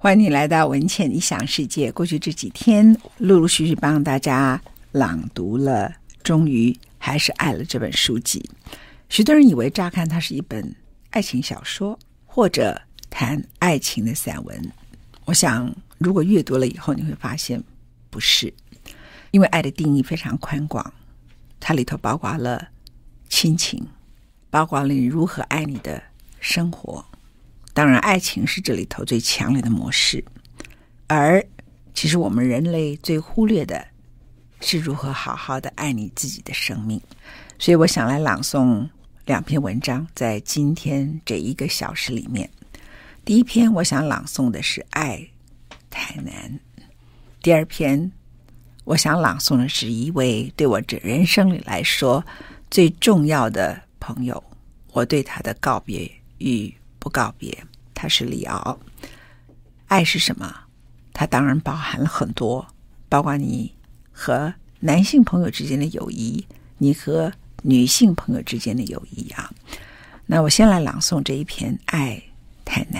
欢迎你来到文倩理想世界。过去这几天陆陆续续帮大家朗读了终于还是爱了这本书籍。许多人以为乍看它是一本爱情小说或者谈爱情的散文，我想如果阅读了以后你会发现不是，因为爱的定义非常宽广，它里头包括了亲情，包括了你如何爱你的生活，当然爱情是这里头最强烈的模式，而其实我们人类最忽略的是如何好好的爱你自己的生命。所以我想来朗诵2篇文章在今天这1个小时里面。第一篇我想朗诵的是爱太难，第2篇我想朗诵的是一位对我这人生里来说最重要的朋友，我对他的告别与不告别，他是李敖。爱是什么？它当然包含了很多，包括你和男性朋友之间的友谊，你和女性朋友之间的友谊啊。那我先来朗诵这一篇爱太难。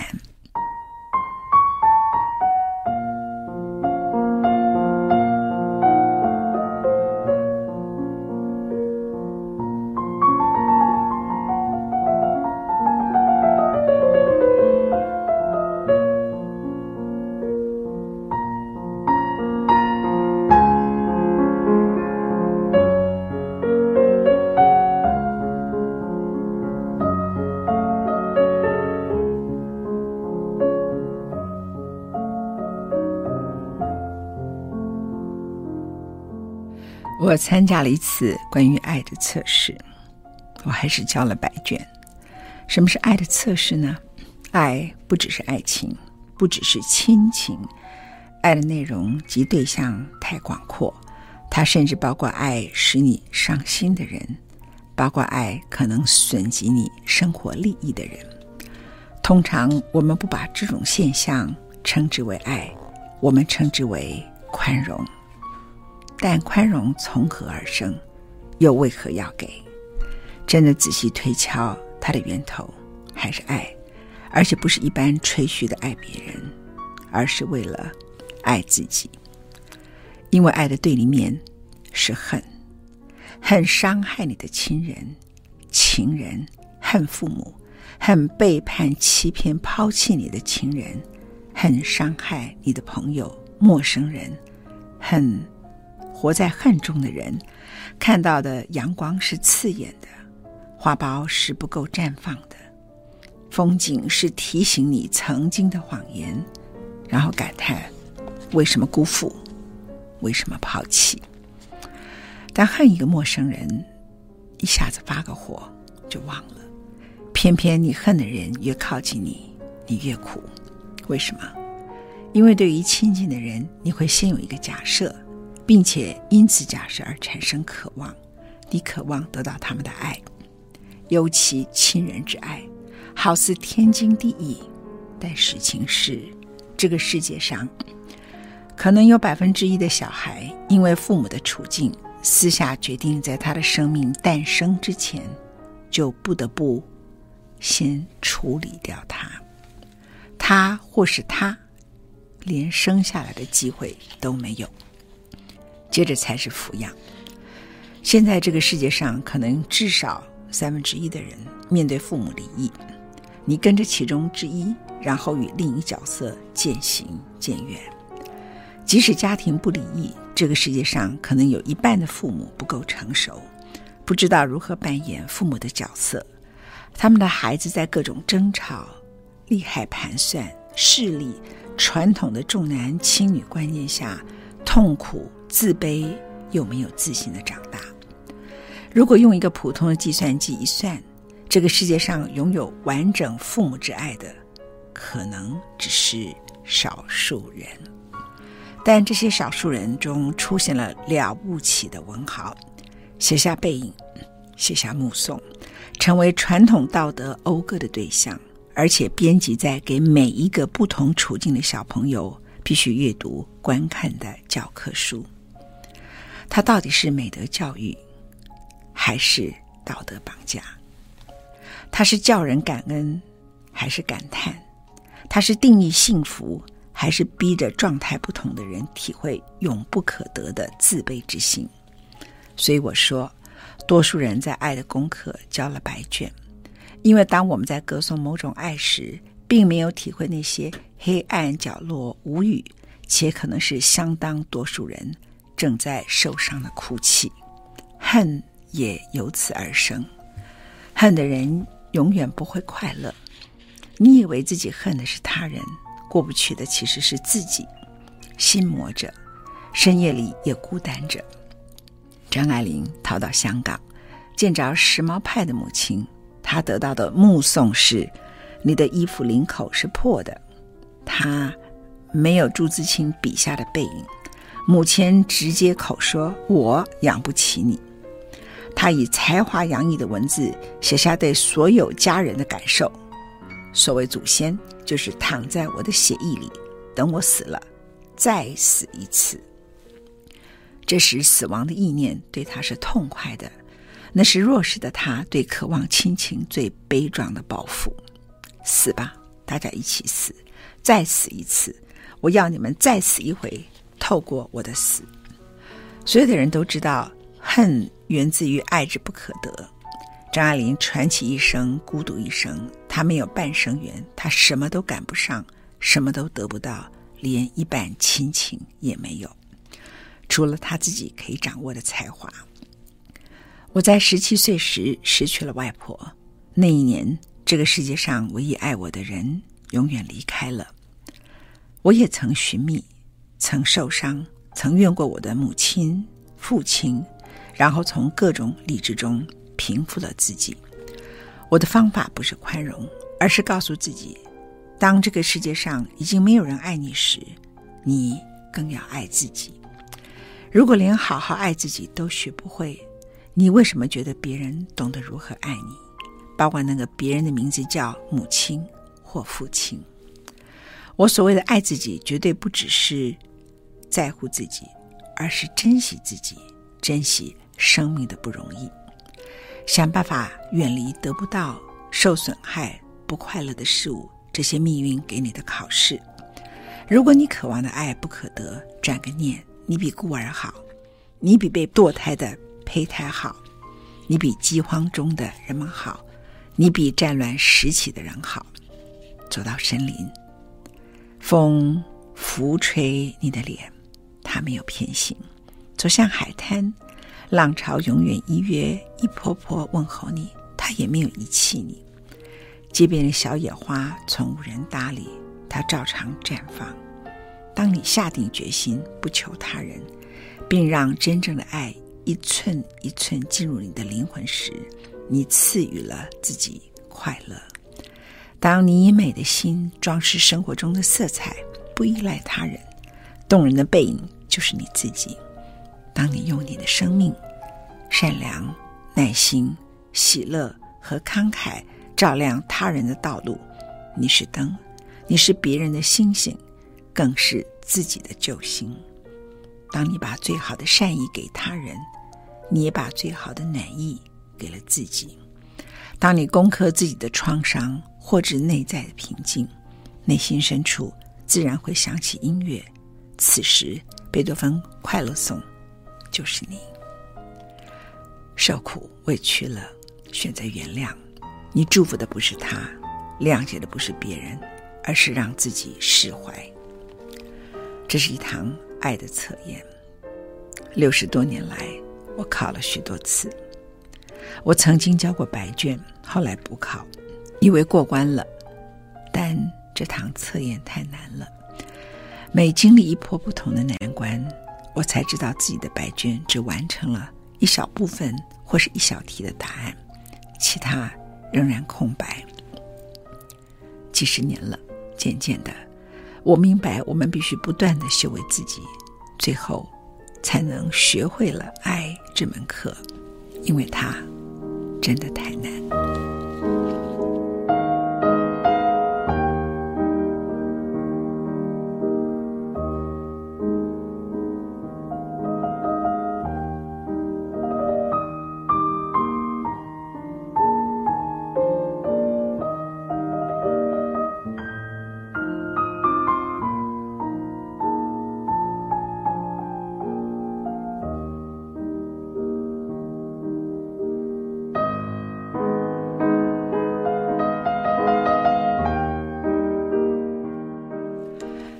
我参加了一次关于爱的测试，我还是交了100卷。什么是爱的测试呢？爱不只是爱情，不只是亲情，爱的内容及对象太广阔，它甚至包括爱使你伤心的人，包括爱可能损及你生活利益的人。通常我们不把这种现象称之为爱，我们称之为宽容。但宽容从何而生，又为何要给？真的仔细推敲它的源头还是爱，而且不是一般吹嘘的爱别人，而是为了爱自己。因为爱的对立面是恨，恨伤害你的亲人、情人，恨父母，恨背叛、欺骗、抛弃你的情人，恨伤害你的朋友、陌生人，恨活在恨中的人，看到的阳光是刺眼的，花苞是不够绽放的，风景是提醒你曾经的谎言，然后感叹为什么辜负，为什么抛弃。但恨一个陌生人，一下子发个火就忘了，偏偏你恨的人越靠近你，你越苦。为什么？因为对于亲近的人，你会先有一个假设，并且因此假设而产生渴望，你渴望得到他们的爱，尤其亲人之爱，好似天经地义。但实情是，这个世界上可能有1%的小孩因为父母的处境，私下决定在他的生命诞生之前，就不得不先处理掉他。他或是他连生下来的机会都没有，接着才是抚养。现在这个世界上可能至少1/3的人面对父母离异，你跟着其中之一，然后与另一角色渐行渐远。即使家庭不离异，这个世界上可能有1半的父母不够成熟，不知道如何扮演父母的角色，他们的孩子在各种争吵、利害盘算、势力、传统的重男轻女观念下，痛苦、自卑又没有自信的长大。如果用一个普通的计算机一算，这个世界上拥有完整父母之爱的，可能只是少数人。但这些少数人中出现了了不起的文豪，写下背影，写下目送，成为传统道德讴歌的对象，而且编辑在给每一个不同处境的小朋友必须阅读观看的教科书。它到底是美德教育，还是道德绑架？它是叫人感恩，还是感叹？它是定义幸福， 还是逼着状态不同的人体会永不可得的自卑之心。所以我说，多数人在爱的功课交了白卷，因为当我们在歌颂某种爱时，并没有体会那些黑暗角落无语且可能是相当多数人正在受伤的哭泣，恨也由此而生。恨的人永远不会快乐。你以为自己恨的是他人，过不去的其实是自己，心魔着，深夜里也孤单着。张爱玲逃到香港，见着时髦派的母亲，她得到的目送是：你的衣服领口是破的。她没有朱自清笔下的背影，母亲直接口说：我养不起你。她以才华洋溢的文字写下对所有家人的感受。所谓祖先，就是躺在我的血液里，等我死了，再死一次。这时死亡的意念对他是痛快的，那是弱势的他对渴望亲情最悲壮的报复。死吧，大家一起死，再死一次，我要你们再死一回，透过我的死。所有的人都知道，恨源自于爱之不可得。张爱玲传奇一生，孤独一生，她没有半生缘，她什么都赶不上，什么都得不到，连一半亲情也没有，除了她自己可以掌握的才华。我在17岁时失去了外婆，那一年，这个世界上唯一爱我的人永远离开了。我也曾寻觅，曾受伤，曾怨过我的母亲、父亲，然后从各种理智中平复了自己。我的方法不是宽容，而是告诉自己，当这个世界上已经没有人爱你时，你更要爱自己。如果连好好爱自己都学不会，你为什么觉得别人懂得如何爱你？包括那个别人的名字叫母亲或父亲。我所谓的爱自己，绝对不只是在乎自己，而是珍惜自己，珍惜生命的不容易，想办法远离得不到、受损害、不快乐的事物，这些命运给你的考试。如果你渴望的爱不可得，转个念，你比孤儿好，你比被堕胎的胚胎好，你比饥荒中的人们好，你比战乱时期的人好。走到森林，风拂吹你的脸，它没有偏心。走向海滩，浪潮永远一跃一波波问候你，它也没有遗弃你。街边的小野花从无人搭理，它照常绽放。当你下定决心不求他人，并让真正的爱一寸一寸进入你的灵魂时，你赐予了自己快乐。当你以美的心装饰生活中的色彩，不依赖他人，动人的背影就是你自己。当你用你的生命、善良、耐心、喜乐和慷慨照亮他人的道路，你是灯，你是别人的星星，更是自己的救星。当你把最好的善意给他人，你也把最好的暖意给了自己。当你攻克自己的创伤，或者内在的平静，内心深处自然会响起音乐。此时贝多芬快乐颂就是你。受苦委屈了，选择原谅，你祝福的不是他，谅解的不是别人，而是让自己释怀。这是一堂爱的测验。60多年来，我考了许多次。我曾经交过白卷，后来补考，以为过关了，但这堂测验太难了。每经历一波不同的难关，我才知道自己的白卷只完成了一小部分或是一小题的答案，其他仍然空白。几十年了，渐渐的，我明白我们必须不断地修为自己，最后才能学会了爱这门课，因为它真的太难。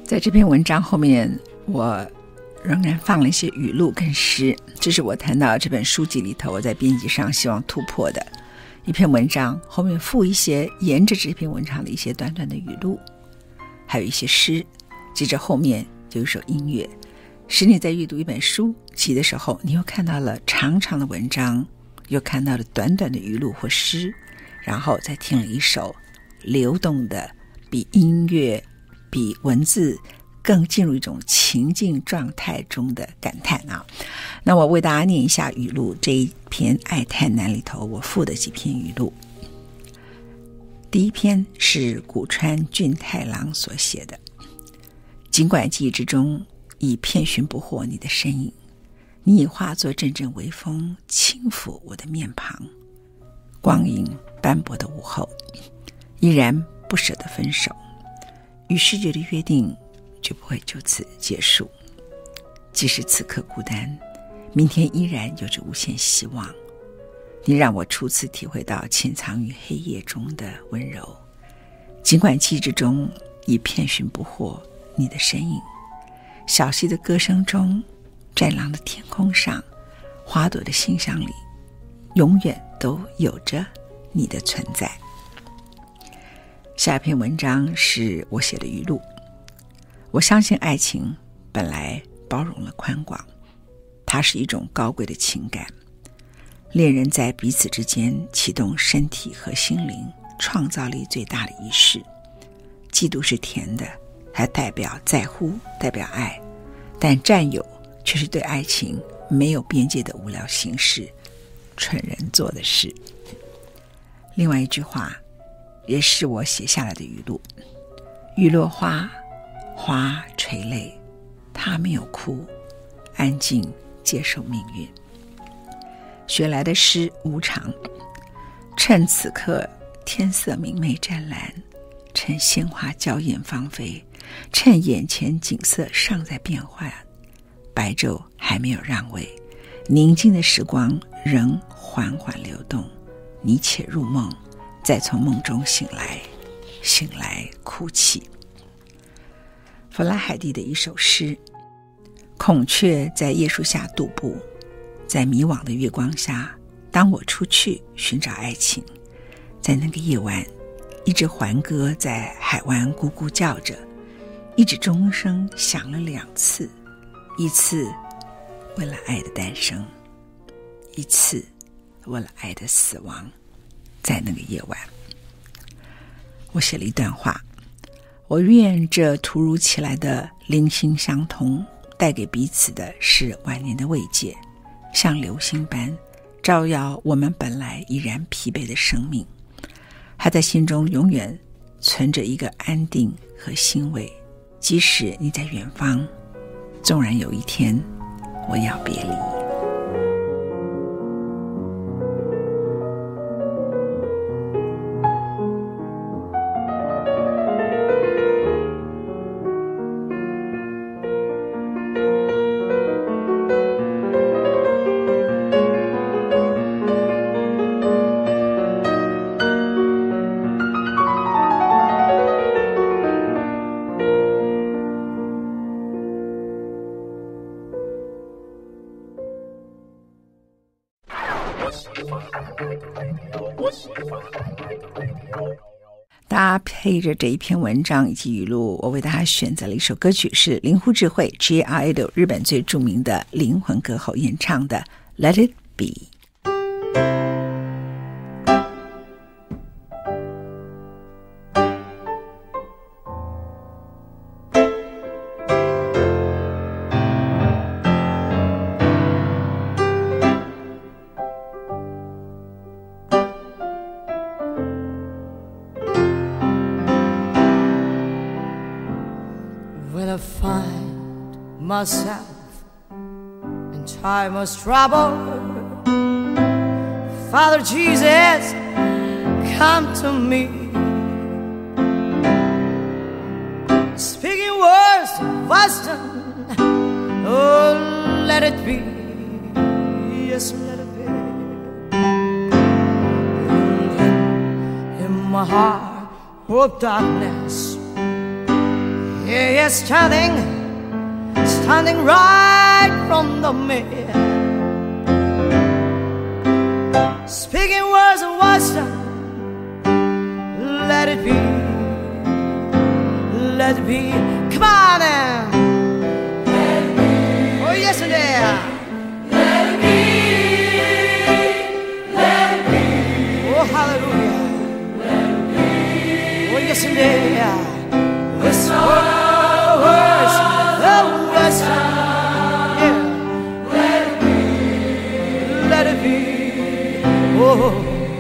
在这篇文章后面，我仍然放了一些语录跟诗，这是我谈到这本书籍里头我在编辑上希望突破的一篇文章，后面附一些沿着这篇文章的一些短短的语录，还有一些诗，接着后面就有一首音乐，使你在阅读一本书籍的时候，你又看到了长长的文章，又看到了短短的语录或诗，然后再听了一首流动的比音乐比文字更进入一种情境状态中的感叹啊。那我为大家念一下语录，这一篇《爱太难》里头我附的几篇语录。第一篇是古川俊太郎所写的，尽管记忆之中已遍寻不获你的身影，你已化作阵阵微风轻抚我的面庞，光影斑驳的午后，依然不舍得分手，与世界的约定就不会就此结束。即使此刻孤单，明天依然有着无限希望。你让我初次体会到潜藏于黑夜中的温柔，尽管记忆之中已遍寻不获你的身影。小溪的歌声中，湛蓝的天空上，花朵的馨香里，永远都有着你的存在。下一篇文章是我写的语录。我相信爱情本来包容了宽广，它是一种高贵的情感。恋人在彼此之间启动身体和心灵创造力最大的仪式。嫉妒是甜的，它代表在乎，代表爱，但占有却是对爱情没有边界的无聊形式，蠢人做的事。另外一句话也是我写下来的语录：雨落花，花垂泪，他没有哭，安静接受命运。学来的诗无常，趁此刻天色明媚湛蓝，趁鲜花娇艳芳菲，趁眼前景色尚在变换，白昼还没有让位，宁静的时光仍缓缓流动，你且入梦，再从梦中醒来，醒来哭泣。弗拉海蒂的一首诗：孔雀在叶树下踱步，在迷惘的月光下，当我出去寻找爱情，在那个夜晚，一只环歌在海湾咕咕叫着，一指钟声响了2次，一次为了爱的诞生，一次为了爱的死亡。在那个夜晚，我写了一段话：我愿这突如其来的灵心相通，带给彼此的是晚年的慰藉，像流星般照耀我们本来已然疲惫的生命，还在心中永远存着一个安定和欣慰。即使你在远方，纵然有一天我要别离。搭配着这一篇文章以及语录，我为大家选择了一首歌曲，是铃木智慧 J.R. Idol 日本最著名的灵魂歌后演唱的 Let It Be。When I find myself in time of trouble, Father Jesus, come to me, speaking words of wisdom. Oh, let it be, yes, let it be. And in my heart of darkness, Yes, standing right from the man, speaking words of wisdom. Let it be, let it be. Come on now. Let it be. Oh yes, it is. Let it be, let it be. Oh hallelujah. Let it be. Oh yes, it is. This words of wisdom. Yeah. Let it be, let it be. Oh.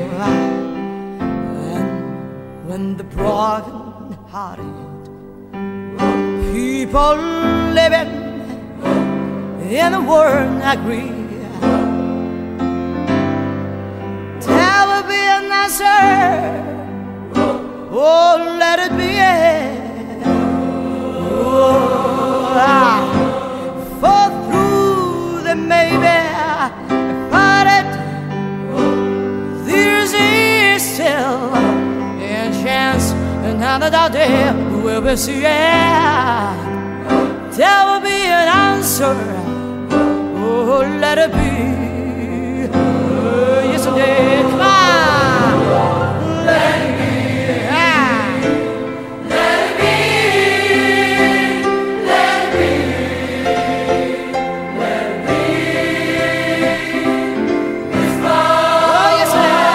When the broken-hearted people living in the world agree, there will be an answer. Oh, let it be. Oh, for through the maybe find it, there's still chance, another day we'll be see. There will be an answer. Oh, let it be. Oh, yes, it did. Come on. Let it be. Let it be. Let it be. Let it be. Oh, yes, it is.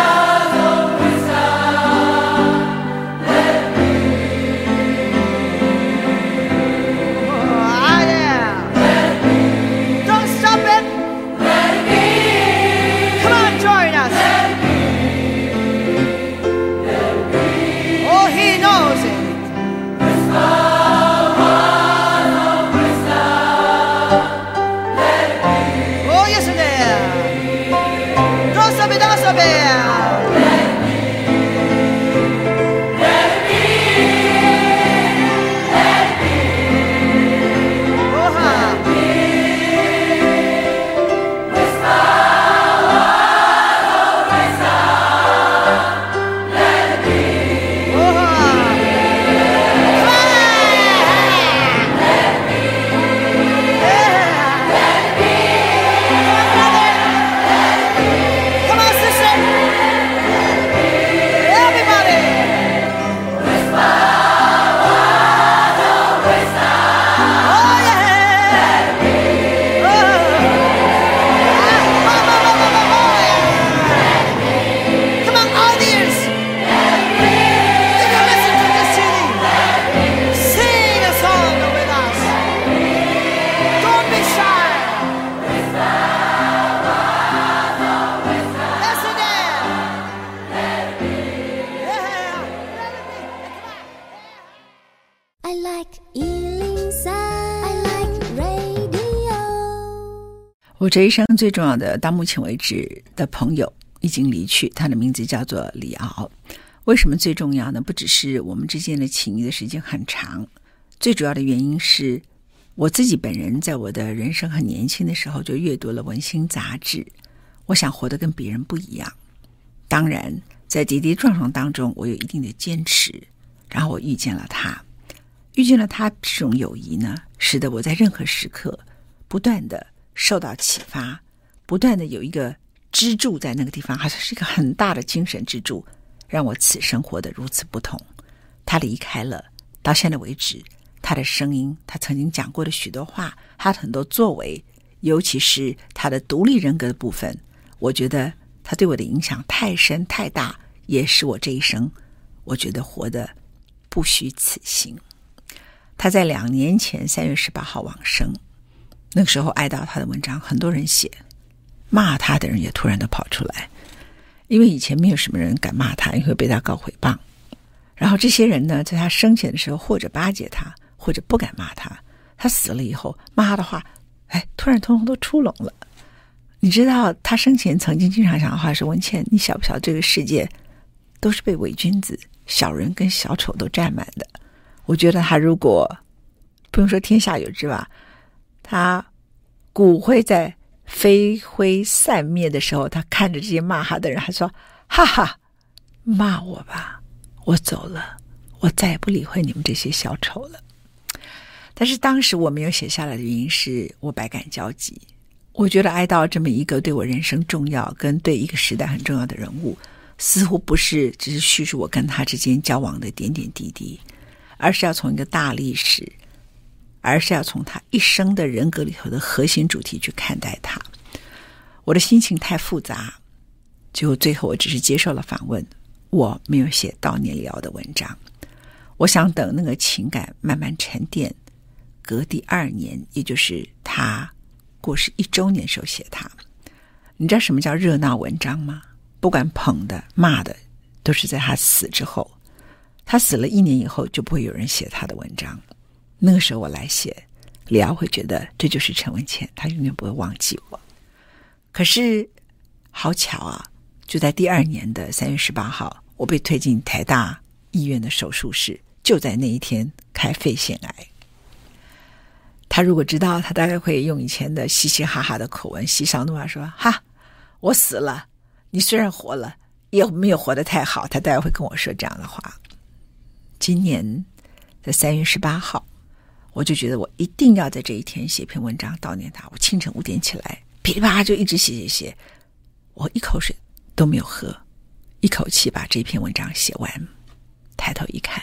我这一生最重要的到目前为止的朋友已经离去，他的名字叫做李敖。为什么最重要呢？不只是我们之间的情谊的时间很长，最主要的原因是我自己本人在我的人生很年轻的时候就阅读了文馨杂志，我想活得跟别人不一样。当然在跌跌撞撞当中我有一定的坚持，然后我遇见了他这种友谊呢，使得我在任何时刻不断的受到启发，不断的有一个支柱在那个地方，好像是一个很大的精神支柱，让我此生活得如此不同。他离开了，到现在为止，他的声音，他曾经讲过的许多话，他的很多作为，尤其是他的独立人格的部分，我觉得他对我的影响太深太大，也是我这一生我觉得活得不虚此行。他在2年前3月18号往生，那个时候哀悼他的文章很多人写，骂他的人也突然都跑出来，因为以前没有什么人敢骂他，因为会被他告诽谤。然后这些人呢，在他生前的时候或者巴结他，或者不敢骂他，他死了以后骂他的话突然通通都出笼了。你知道他生前曾经经常讲的话是，文茜，你晓不晓得这个世界都是被伪君子、小人跟小丑都占满的。我觉得他如果不用说天下有知吧，他骨灰在飞灰散灭的时候，他看着这些骂他的人，他说哈哈，骂我吧，我走了，我再也不理会你们这些小丑了。 但是当时我没有写下来的原因是我百感交集。我觉得哀悼这么一个对我人生重要跟对一个时代很重要的人物，似乎不是只是叙述我跟他之间交往的点点滴滴，而是要从一个大历史，而是要从他一生的人格里头的核心主题去看待他。我的心情太复杂，结果最后我只是接受了访问，我没有写悼念李敖的文章。我想等那个情感慢慢沉淀，隔第2年，也就是他过世1周年时候写他。你知道什么叫热闹文章吗？不管捧的骂的，都是在他死之后。他死了1年以后，就不会有人写他的文章。那个时候我来写，李敖会觉得这就是陈文茜，他永远不会忘记我。可是好巧啊，就在第2年的3月18号，我被推进台大医院的手术室，就在那一天开肺腺癌。他如果知道，他大概会用以前的嘻嘻哈哈的口吻嬉笑怒骂说，哈，我死了，你虽然活了也没有活得太好，他大概会跟我说这样的话。今年在3月18号，我就觉得我一定要在这一天写篇文章悼念他。我清晨5点起来，噼里啪啦就一直写，我一口水都没有喝，一口气把这篇文章写完。抬头一看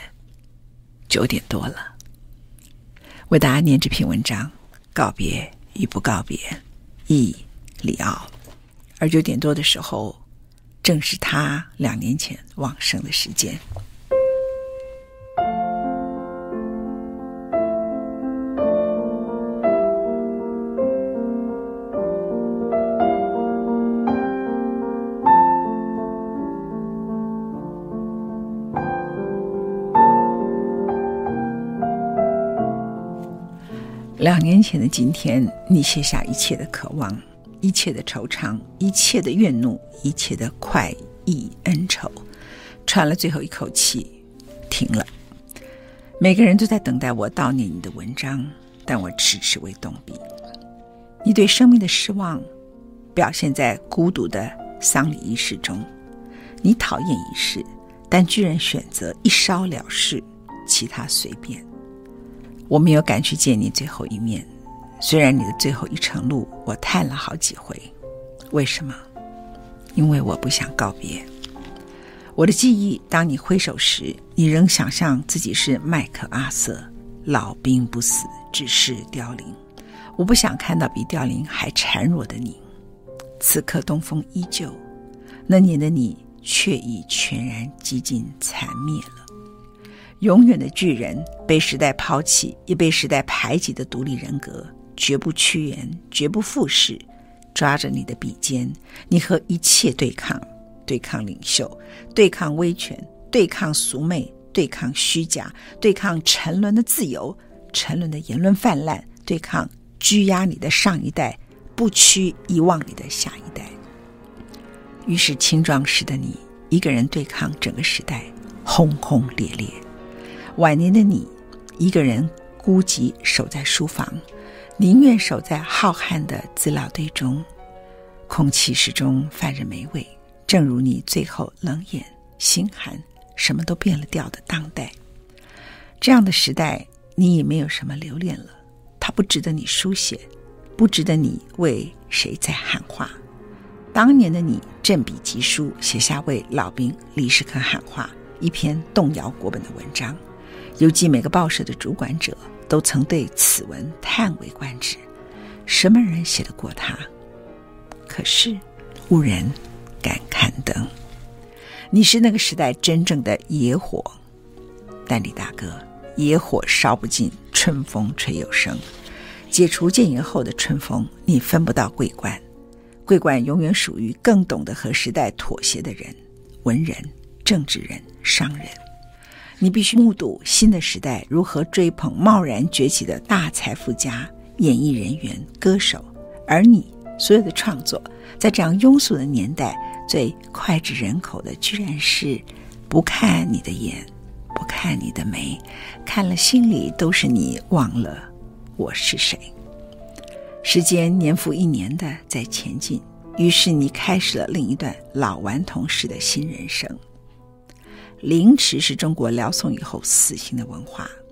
，9点多了。为大家念这篇文章，告别与不告别，忆李敖。而9点多的时候，正是他2年前往生的时间。2年前的今天，你卸下一切的渴望，一切的惆怅，一切的怨怒，一切的快意恩仇，喘了最后一口气，停了。每个人都在等待我悼念你的文章，但我迟迟未动笔。你对生命的失望表现在孤独的丧礼仪式中。你讨厌仪式，但居然选择一烧了事，其他随便。我没有赶去见你最后一面，虽然你的最后一程路我叹了好几回。为什么？因为我不想告别。我的记忆，当你挥手时，你仍想象自己是麦克阿瑟，老兵不死，只是凋零。我不想看到比凋零还孱弱的你。此刻东风依旧，那年的你却已全然几近残灭了。永远的巨人，被时代抛弃也被时代排挤的独立人格，绝不屈原，绝不附势，抓着你的笔尖，你和一切对抗，对抗领袖，对抗威权，对抗俗媚，对抗虚假，对抗沉沦的自由，沉沦的言论泛滥，对抗拘押你的上一代，不屈遗忘你的下一代。于是青壮时的你，一个人对抗整个时代，轰轰烈烈。晚年的你，一个人孤寂守在书房，宁愿守在浩瀚的资料堆中，空气始终泛着霉味，正如你最后冷眼心寒，什么都变了调的当代。这样的时代，你也没有什么留恋了，它不值得你书写，不值得你为谁在喊话。当年的你振笔疾书，写下为老兵李士科喊话，一篇动摇国本的文章，邮寄每个报社的主管者都曾对此文叹为观止，什么人写得过他？可是无人敢刊登。你是那个时代真正的野火，但李大哥，野火烧不尽，春风吹又生。解除戒严后的春风，你分不到桂冠，桂冠永远属于更懂得和时代妥协的人，文人、政治人、商人。你必须目睹新的时代如何追捧贸然崛起的大财富家、演艺人员、歌手，而你所有的创作，在这样庸俗的年代，最脍炙人口的居然是不看你的眼，不看你的眉，看了心里都是你忘了我是谁。时间年复一年的在前进，于是你开始了另一段老顽童式的新人生。凌迟是中国辽宋以后死刑的文化，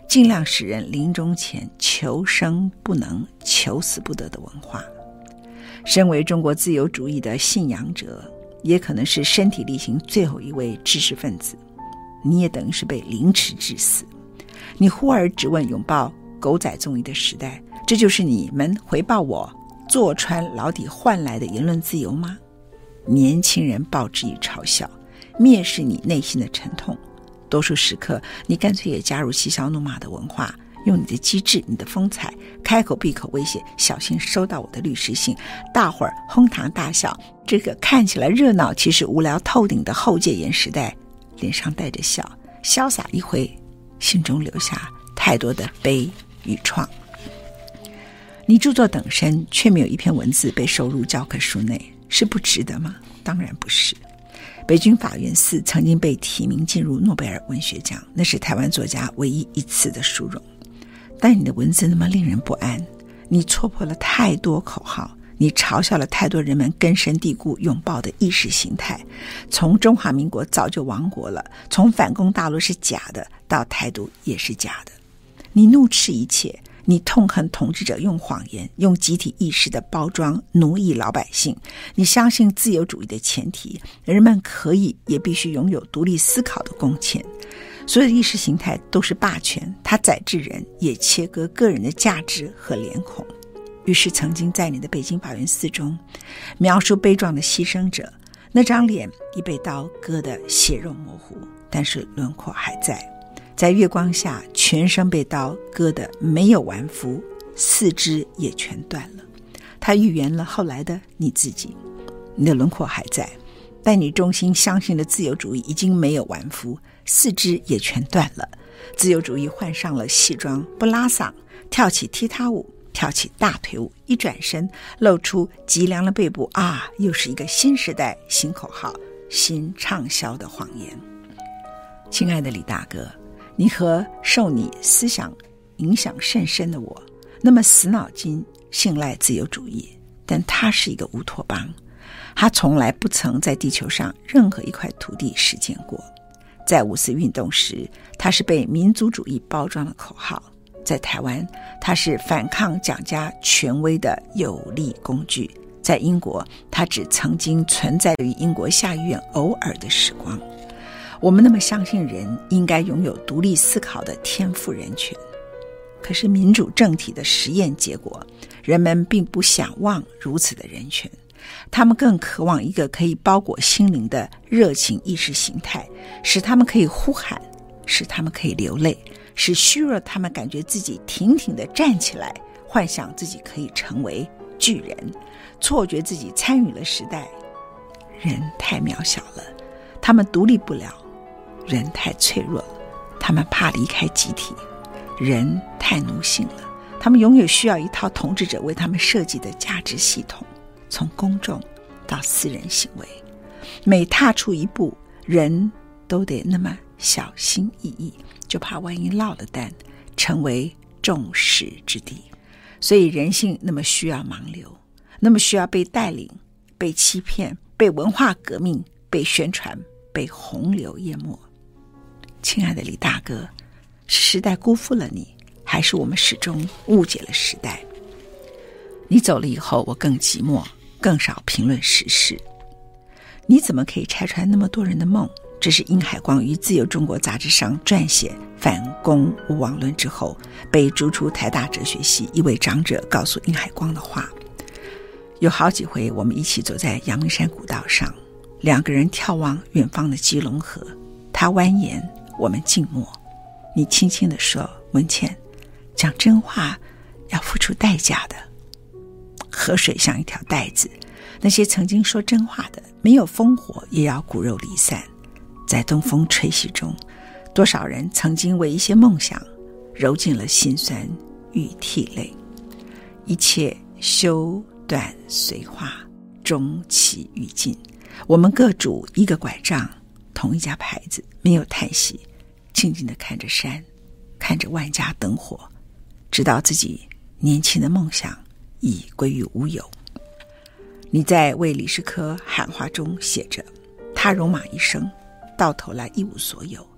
尽量使人临终前求生不能，求死不得的文化。身为中国自由主义的信仰者，也可能是身体力行最后一位知识分子，你也等于是被凌迟致死。你忽而质问拥抱狗仔综艺的时代，这就是你们回报我坐穿牢底换来的言论自由吗？年轻人报之以嘲笑，蔑视你内心的沉痛。多数时刻，你干脆也加入嬉笑怒骂的文化，用你的机智、你的风采，开口闭口威胁小心收到我的律师信，大伙儿哄堂大笑。这个看起来热闹其实无聊透顶的后戒严时代，脸上带着笑，潇洒一回，心中留下太多的悲与创。你著作等身，却没有一篇文字被收入教科书内，是不值得吗？当然不是。北京法源寺曾经被提名进入诺贝尔文学奖，那是台湾作家唯一一次的殊荣。但你的文字那么令人不安，你戳破了太多口号，你嘲笑了太多人们根深蒂固拥抱的意识形态。从中华民国早就亡国了，从反攻大陆是假的，到台独也是假的。你怒斥一切，你痛恨统治者用谎言、用集体意识的包装奴役老百姓。你相信自由主义的前提，人们可以也必须拥有独立思考的空间。所有的意识形态都是霸权，它宰制人，也切割个人的价值和脸孔。于是曾经在你的北京法源寺中描述悲壮的牺牲者，那张脸已被刀割得血肉模糊，但是轮廓还在。在月光下，全身被刀割得没有完肤，四肢也全断了。它预言了后来的你自己。你的轮廓还在，但你衷心相信的自由主义已经没有完肤，四肢也全断了。自由主义换上了西装，不拉嗓，跳起踢踏舞，跳起大腿舞，一转身露出脊梁的背部啊，又是一个新时代、新口号、新畅销的谎言。亲爱的李大哥，你和受你思想影响甚深的我，那么死脑筋信赖自由主义，但他是一个乌托邦，他从来不曾在地球上任何一块土地实践过。在五四运动时，他是被民族主义包装的口号；在台湾，他是反抗蒋家权威的有力工具；在英国，他只曾经存在于英国下议院偶尔的时光。我们那么相信人应该拥有独立思考的天赋人权，可是民主政体的实验结果，人们并不想望如此的人权，他们更渴望一个可以包裹心灵的热情意识形态，使他们可以呼喊，使他们可以流泪，使虚弱他们感觉自己挺挺地站起来，幻想自己可以成为巨人，错觉自己参与了时代。人太渺小了，他们独立不了；人太脆弱了，他们怕离开集体；人太奴性了，他们永远需要一套统治者为他们设计的价值系统，从公众到私人行为。每踏出一步，人都得那么小心翼翼，就怕万一落了单，成为众矢之的。所以人性那么需要盲流，那么需要被带领，被欺骗，被文化革命，被宣传，被洪流淹没。亲爱的李大哥，是时代辜负了你，还是我们始终误解了时代？你走了以后，我更寂寞，更少评论时事。你怎么可以拆穿那么多人的梦？这是殷海光于《自由中国》杂志上撰写反攻无王论之后，被逐出台大哲学系一位长者告诉殷海光的话。有好几回我们一起走在阳明山古道上，两个人眺望远方的基隆河，他蜿蜒，我们静默。你轻轻地说，文倩，讲真话要付出代价的。河水像一条带子，那些曾经说真话的，没有烽火也要骨肉离散。在东风吹袭中，多少人曾经为一些梦想揉进了心酸与涕泪。一切修短随化，终其欲尽。我们各拄一个拐杖，同一家牌子，没有叹息，静静地看着山，看着万家灯火，直到自己年轻的梦想已归于无有。你在为李师科喊话中写着，他戎马一生，到头来一无所有。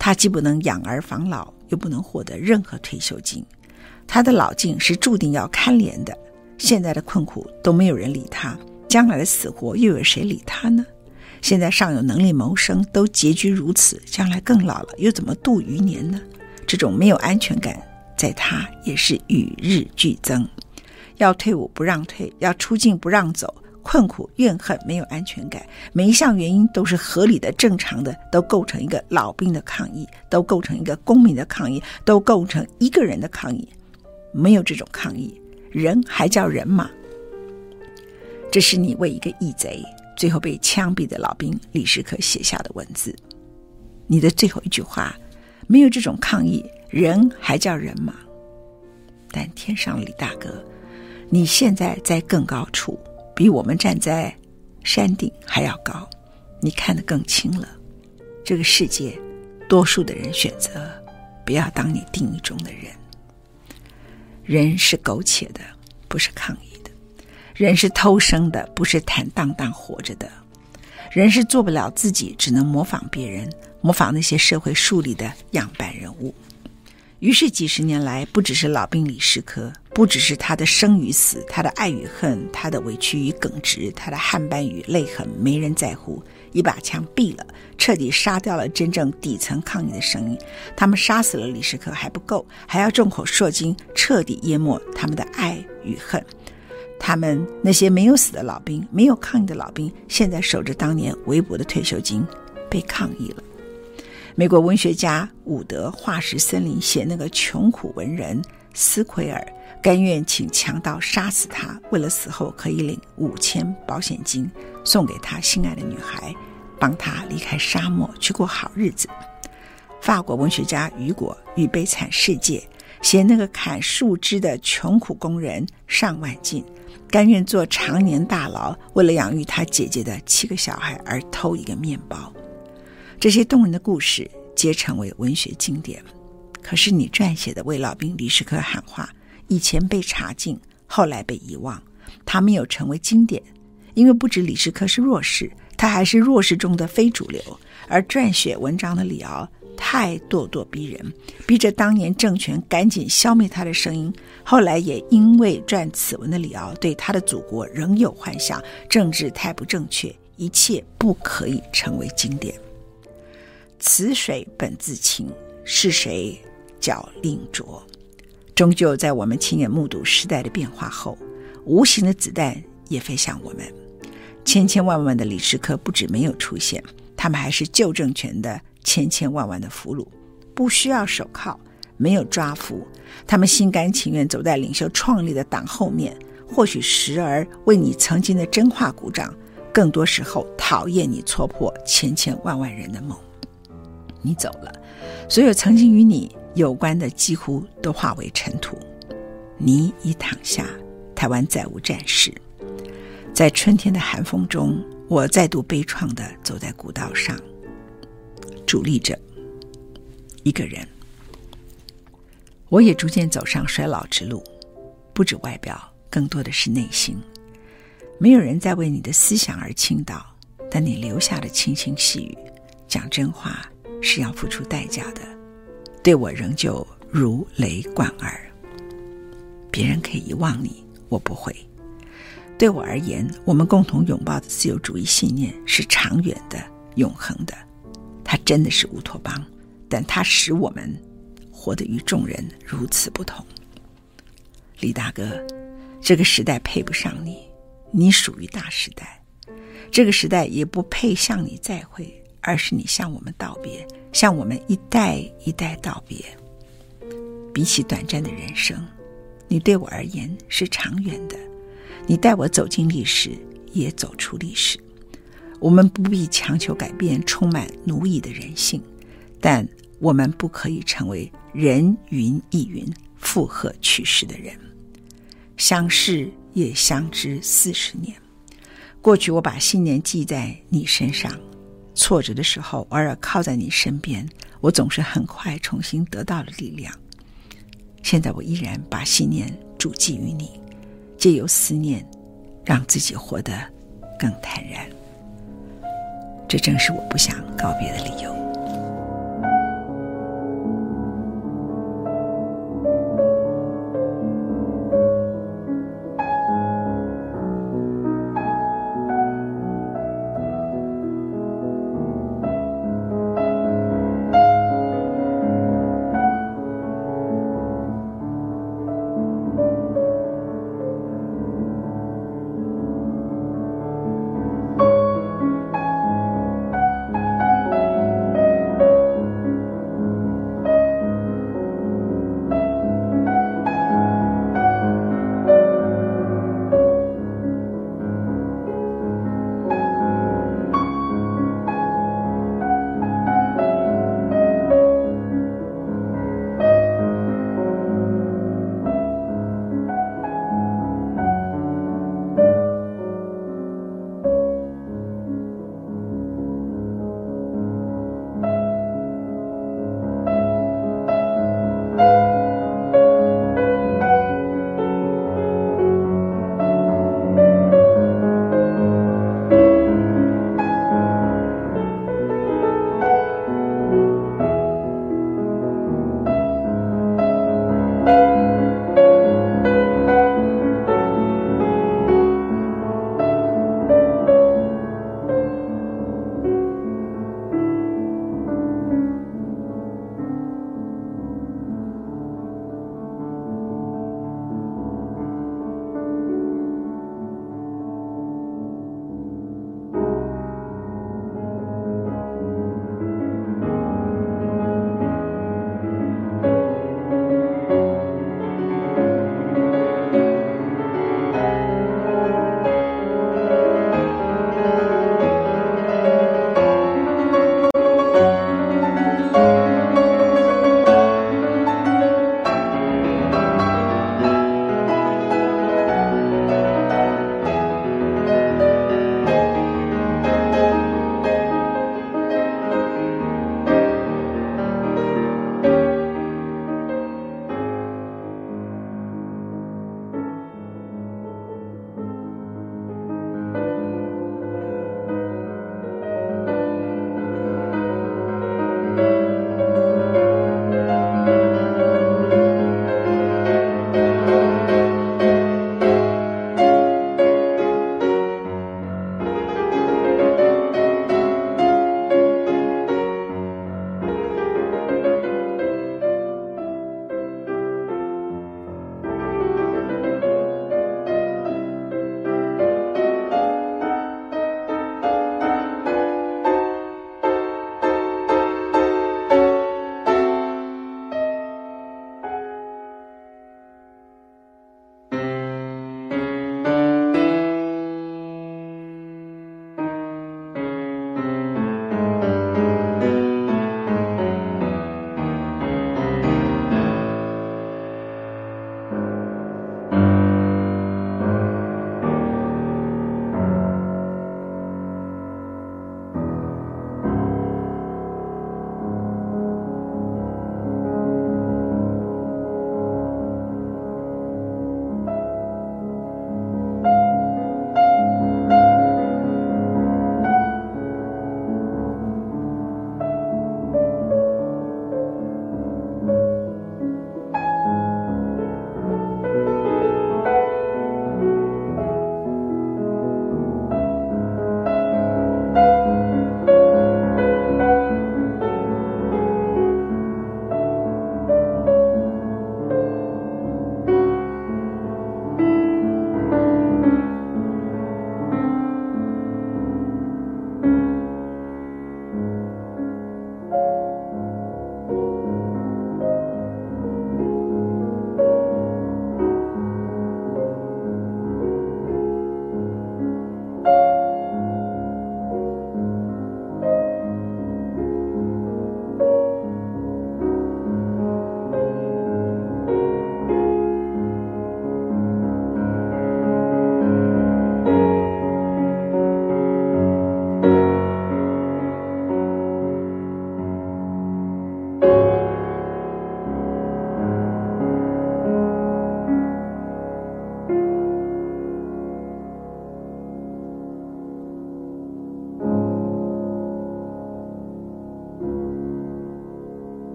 他既不能养儿防老，又不能获得任何退休金，他的老境是注定要堪怜的。现在的困苦都没有人理他，将来的死活又有谁理他呢？现在尚有能力谋生，都结局如此，将来更老了，又怎么度余年呢？这种没有安全感，在他也是与日俱增。要退伍不让退，要出境不让走，困苦、怨恨、没有安全感，每一项原因都是合理的、正常的，都构成一个老兵的抗议，都构成一个公民的抗议，都构成一个人的抗议。没有这种抗议，人还叫人吗？这是你为一个义贼最后被枪毙的老兵李时科写下的文字。你的最后一句话，没有这种抗议，人还叫人吗？但天上李大哥，你现在在更高处，比我们站在山顶还要高，你看得更清了。这个世界多数的人选择不要当你定义中的人。人是苟且的，不是抗议的；人是偷生的，不是坦荡荡活着的；人是做不了自己，只能模仿别人，模仿那些社会树立的样板人物。于是几十年来，不只是老兵李时科，不只是他的生与死，他的爱与恨，他的委屈与耿直，他的汗斑与泪痕，没人在乎。一把枪毙了，彻底杀掉了真正底层抗议的声音。他们杀死了李时科还不够，还要众口铄金，彻底淹没他们的爱与恨。他们那些没有死的老兵，没有抗议的老兵，现在守着当年微薄的退休金，被抗议了。美国文学家伍德《化石森林》写那个穷苦文人斯奎尔甘愿请强盗杀死他，为了死后可以领5000保险金，送给他心爱的女孩，帮他离开沙漠去过好日子。法国文学家雨果与悲惨世界写那个砍树枝的穷苦工人上万金，甘愿做常年大牢，为了养育他姐姐的7个小孩而偷一个面包。这些动人的故事皆成为文学经典。可是你撰写的为老兵李时科喊话，以前被查禁，后来被遗忘，他没有成为经典，因为不止李时科是弱势，他还是弱势中的非主流。而撰写文章的李敖太咄咄逼人，逼着当年政权赶紧消灭他的声音。后来也因为撰此文的李敖对他的祖国仍有幻想，政治太不正确，一切不可以成为经典。此水本自清，是谁教令浊？终究在我们亲眼目睹时代的变化后，无形的子弹也飞向我们。千千万万的李时科不止没有出现，他们还是旧政权的千千万万的俘虏，不需要手铐，没有抓捕，他们心甘情愿走在领袖创立的党后面，或许时而为你曾经的真话鼓掌，更多时候讨厌你戳破千千万万人的梦。你走了，所有曾经与你有关的几乎都化为尘土。你已躺下，台湾再无战事。在春天的寒风中，我再度悲怆地走在古道上，伫立着一个人。我也逐渐走上衰老之路，不止外表，更多的是内心。没有人在为你的思想而倾倒，但你留下的轻轻细语，讲真话是要付出代价的，对我仍旧如雷贯耳。别人可以遗忘你，我不会。对我而言，我们共同拥抱的自由主义信念是长远的、永恒的。它真的是乌托邦，但它使我们活得与众人如此不同。李大哥，这个时代配不上你，你属于大时代。这个时代也不配向你再会，而是你向我们道别，向我们一代一代道别。比起短暂的人生，你对我而言是长远的。你带我走进历史，也走出历史。我们不必强求改变充满奴役的人性，但我们不可以成为人云亦云、附和去世的人。相识也相知40年，过去我把信念记在你身上，挫折的时候偶尔靠在你身边，我总是很快重新得到了力量。现在我依然把信念注记于你，借由思念让自己活得更坦然。这正是我不想告别的理由。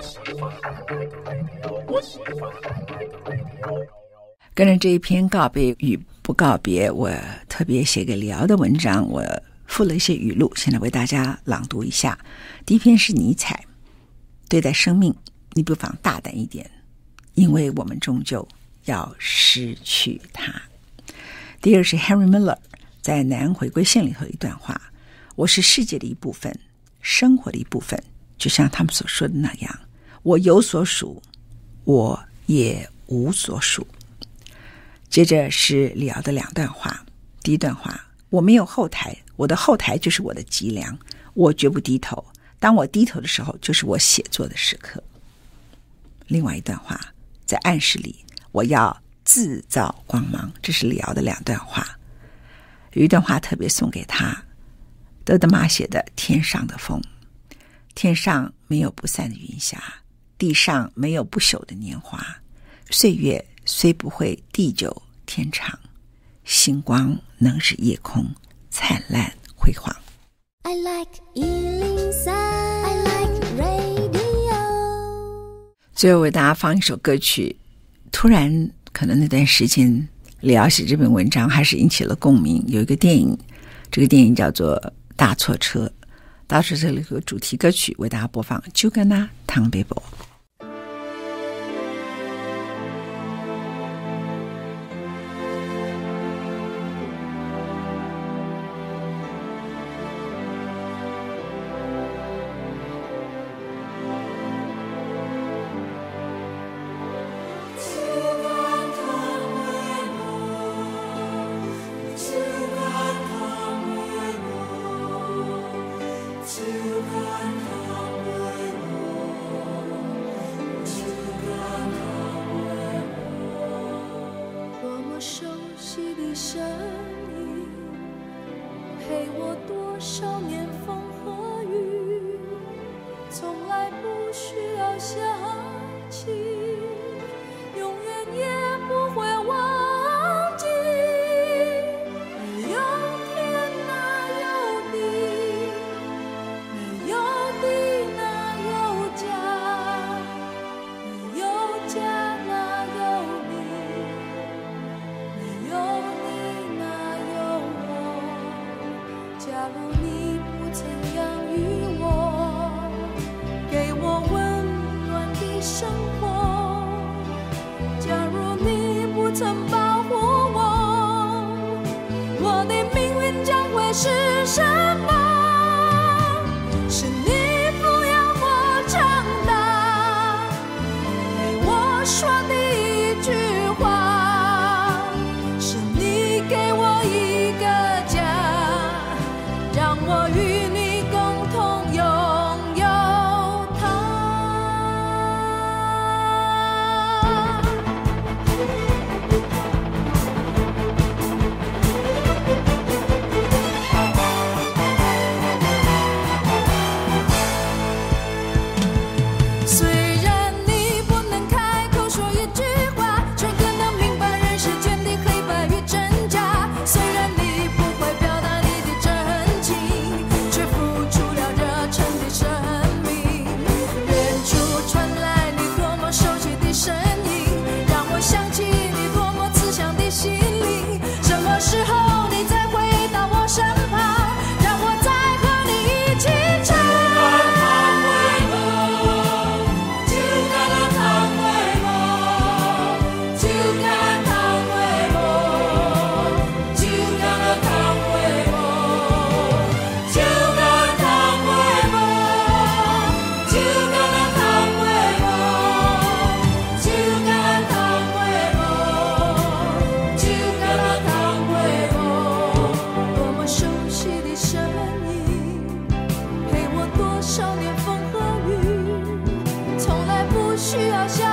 跟着这一篇告别与不告别，我特别写给李敖的文章，我附了一些语录，现在为大家朗读一下。第一篇是尼采，对待生命你不妨大胆一点，因为我们终究要失去它。第二是 Henry Miller 在《南回归线》里头的一段话，我是世界的一部分，生活的一部分，就像他们所说的那样，我有所属，我也无所属。接着是李敖的两段话。第一段话，我没有后台，我的后台就是我的脊梁，我绝不低头，当我低头的时候就是我写作的时刻。另外一段话，在暗室里我要自造光芒，这是李敖的两段话。有一段话特别送给他，德德玛写的《天上的风》，天上没有不散的云霞，地上没有不朽的年华，岁月虽不会地久天长，星光能使夜空灿烂辉煌。 I like 103, I like radio。 最后为大家放一首歌曲，突然可能那段时间李敖写这篇文章还是引起了共鸣。有一个电影，这个电影叫做《大错车》，大错车里有个主题歌曲为大家播放，就跟那唐贝博。 需要